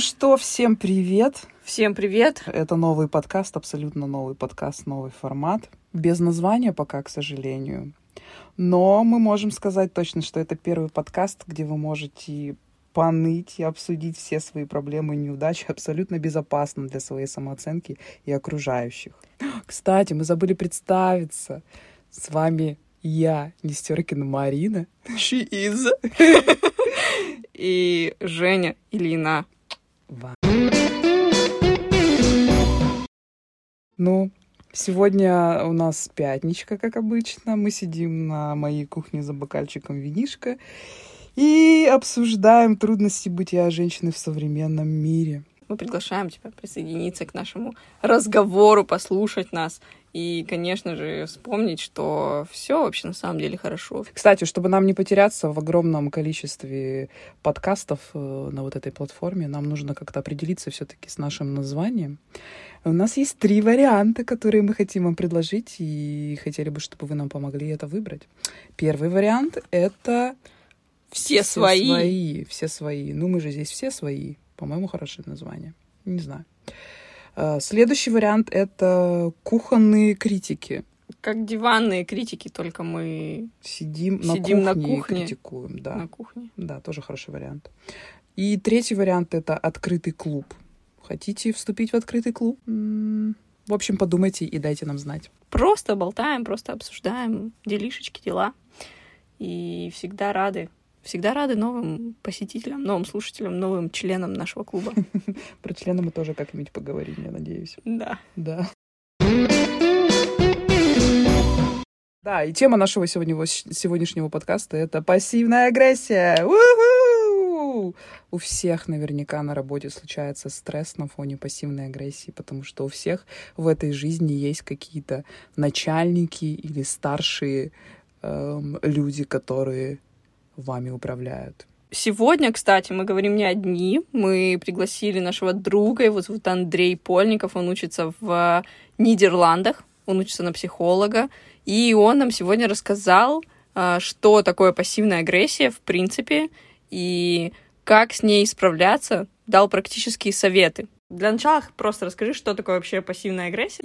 что, всем привет! Всем привет! Это новый подкаст, абсолютно новый подкаст, новый формат. Без названия пока, к сожалению. Но мы можем сказать точно, что это первый подкаст, где вы можете поныть и обсудить все свои проблемы и неудачи абсолютно безопасно для своей самооценки и окружающих. Кстати, мы забыли представиться. С вами я, Нестеркина Марина. She is. И Женя Ильина. Ну, сегодня у нас пятничка, как обычно. Мы сидим на моей кухне за бокальчиком винишка и обсуждаем трудности бытия женщины в современном мире. Мы приглашаем тебя присоединиться к нашему разговору, послушать нас и, конечно же, вспомнить, что все вообще на самом деле хорошо. Кстати, чтобы нам не потеряться в огромном количестве подкастов на вот этой платформе, нам нужно как-то определиться все-таки с нашим названием. У нас есть 3 варианта, которые мы хотим вам предложить, и хотели бы, чтобы вы нам помогли это выбрать. Первый вариант — это все свои. Все свои. Ну, мы же здесь все свои. По-моему, хорошее название. Не знаю. Следующий вариант — это кухонные критики. Как диванные критики, только мы сидим на кухне и критикуем. Да. На кухне. Да, тоже хороший вариант. И третий вариант — это открытый клуб. Хотите вступить в открытый клуб? В общем, подумайте и дайте нам знать. Просто болтаем, просто обсуждаем делишечки, дела. И всегда рады новым посетителям, новым слушателям, новым членам нашего клуба. Про члена мы тоже как-нибудь поговорим, я надеюсь. Да. Да. Да, и тема нашего сегодняшнего подкаста — это пассивная агрессия. У-ху! У всех наверняка на работе случается стресс на фоне пассивной агрессии, потому что у всех в этой жизни есть какие-то начальники или старшие люди, которые вами управляют. Сегодня, кстати, мы говорим не одни. Мы пригласили нашего друга, его зовут Андрей Польников, он учится в Нидерландах, он учится на психолога, и он нам сегодня рассказал, что такое пассивная агрессия в принципе, и как с ней справляться, дал практические советы. Для начала просто расскажи, что такое вообще пассивная агрессия,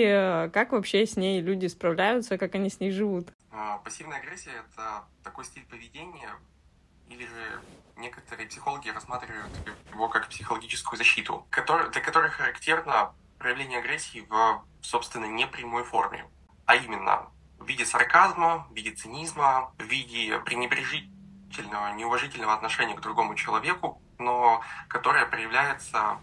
и как вообще с ней люди справляются, как они с ней живут. Пассивная агрессия — это такой стиль поведения, или же некоторые психологи рассматривают его как психологическую защиту, для которой характерно проявление агрессии в, собственно, непрямой форме, а именно в виде сарказма, в виде цинизма, в виде пренебрежительного, неуважительного отношения к другому человеку, но которое проявляется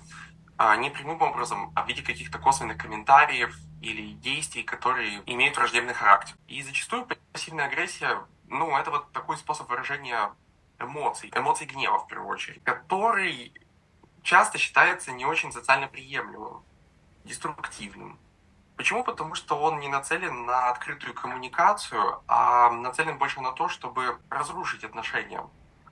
не прямым образом, а в виде каких-то косвенных комментариев или действий, которые имеют враждебный характер. И зачастую пассивная агрессия, это вот такой способ выражения эмоций гнева в первую очередь, который часто считается не очень социально приемлемым, деструктивным. Почему? Потому что он не нацелен на открытую коммуникацию, а нацелен больше на то, чтобы разрушить отношения.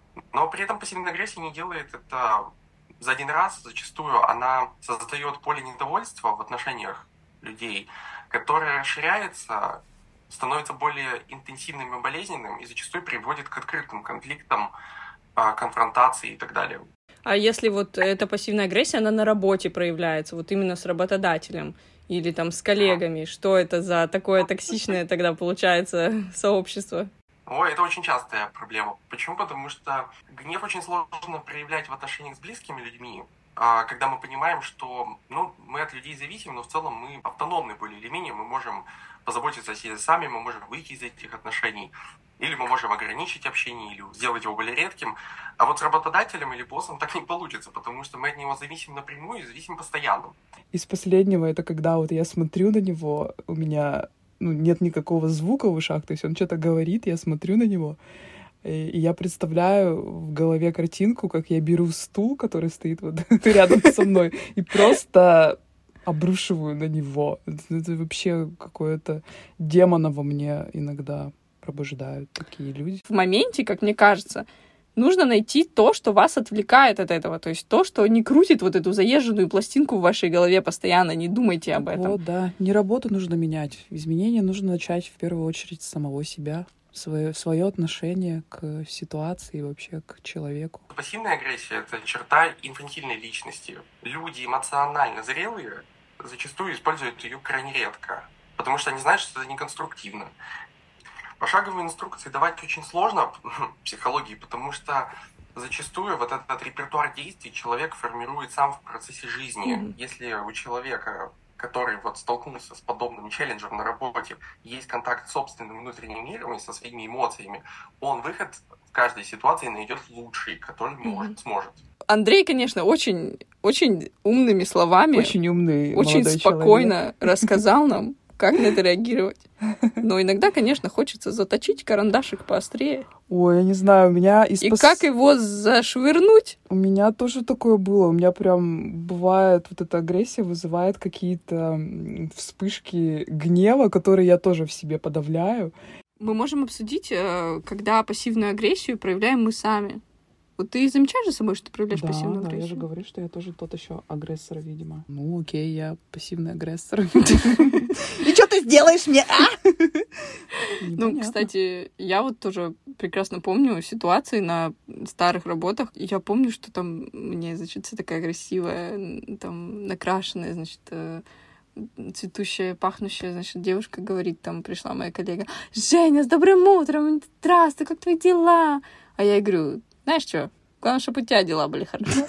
Но при этом пассивная агрессия не делает это за один раз. Зачастую она создает поле недовольства в отношениях людей, которое расширяется, становится более интенсивным и болезненным и зачастую приводит к открытым конфликтам, конфронтации и так далее. А если вот эта пассивная агрессия, она на работе проявляется, вот именно с работодателем или там с коллегами, что это за такое токсичное тогда получается сообщество? Это очень частая проблема. Почему? Потому что гнев очень сложно проявлять в отношениях с близкими людьми, когда мы понимаем, что мы от людей зависим, но в целом мы автономны более или менее, мы можем позаботиться о себе сами, мы можем выйти из этих отношений, или мы можем ограничить общение, или сделать его более редким. А вот с работодателем или боссом так не получится, потому что мы от него зависим напрямую и зависим постоянно. Из последнего, это когда вот я смотрю на него, у меня нет никакого звука в ушах, то есть он что-то говорит, я смотрю на него, и я представляю в голове картинку, как я беру стул, который стоит вот рядом со мной, и просто обрушиваю на него. Это вообще какое-то демона во мне иногда пробуждают такие люди. В моменте, как мне кажется, нужно найти то, что вас отвлекает от этого, то есть то, что не крутит вот эту заезженную пластинку в вашей голове постоянно, не думайте об этом. Вот, да. Не работу нужно менять. Изменения нужно начать в первую очередь с самого себя. свое отношение к ситуации и вообще к человеку. Пассивная агрессия — это черта инфантильной личности. Люди эмоционально зрелые зачастую используют ее крайне редко, потому что они знают, что это неконструктивно. Пошаговые инструкции давать очень сложно в психологии, потому что зачастую вот этот репертуар действий человек формирует сам в процессе жизни. Если у человека, который вот столкнулся с подобным челленджем на работе, есть контакт с собственным внутренним миром и со своими эмоциями, он выход в каждой ситуации найдет лучший, который сможет. Андрей, конечно, очень, очень умными словами, очень умный, очень спокойно рассказал нам, как на это реагировать. Но иногда, конечно, хочется заточить карандашик поострее. Ой, я не знаю, у меня... И как его зашвырнуть? У меня тоже такое было. У меня прям бывает, вот эта агрессия вызывает какие-то вспышки гнева, которые я тоже в себе подавляю. Мы можем обсудить, когда пассивную агрессию проявляем мы сами. Вот ты замечаешь за собой, что ты проявляешь пассивную агрессию? Да, я же говорю, что я тоже тот еще агрессор, видимо. Ну, окей, я пассивный агрессор. И что ты сделаешь мне, а? Ну, кстати, я вот тоже прекрасно помню ситуации на старых работах. Я помню, что там мне, значит, вся такая красивая, там, накрашенная, значит, цветущая, пахнущая, значит, девушка говорит, там пришла моя коллега: «Женя, с добрым утром! Здравствуй, как твои дела?» А я ей говорю: «Знаешь что? Главное, чтобы у тебя дела были хорошо».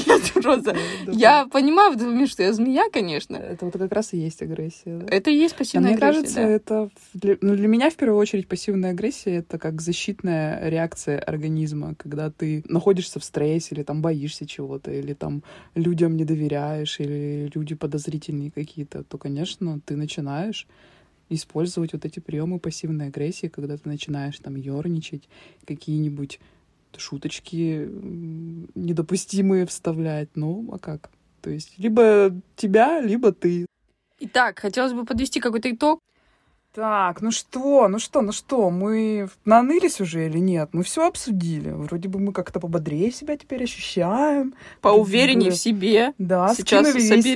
Я понимаю в этот момент, что я змея, конечно. Это вот как раз и есть агрессия. Это и есть пассивная агрессия. Мне кажется, это для меня в первую очередь пассивная агрессия — это как защитная реакция организма, когда ты находишься в стрессе или там боишься чего-то, или там людям не доверяешь, или люди подозрительные какие-то, то, конечно, ты начинаешь использовать вот эти приемы пассивной агрессии, когда ты начинаешь там ёрничать, какие-нибудь шуточки недопустимые вставлять. Ну, а как? То есть либо тебя, либо ты. Итак, хотелось бы подвести какой-то итог. Так, ну что, мы нанылись уже или нет? Мы все обсудили. Вроде бы мы как-то пободрее себя теперь ощущаем. Поувереннее в себе. Да, сейчас скинули весь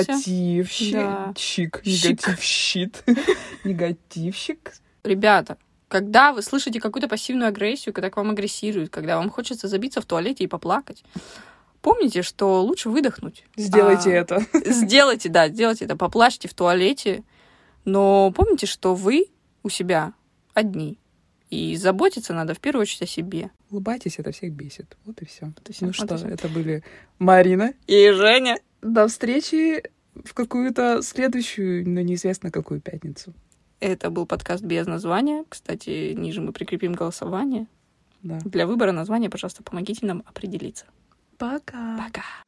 негативщик. Ребята, когда вы слышите какую-то пассивную агрессию, когда к вам агрессируют, когда вам хочется забиться в туалете и поплакать, помните, что лучше выдохнуть. Сделайте это. Сделайте это. Поплачьте в туалете. Но помните, что вы у себя одни. И заботиться надо в первую очередь о себе. Улыбайтесь, это всех бесит. Вот и все. Ну что, это были Марина и Женя. До встречи в какую-то следующую, но неизвестно какую пятницу. Это был подкаст без названия. Кстати, ниже мы прикрепим голосование. Да. Для выбора названия, пожалуйста, помогите нам определиться. Пока. Пока.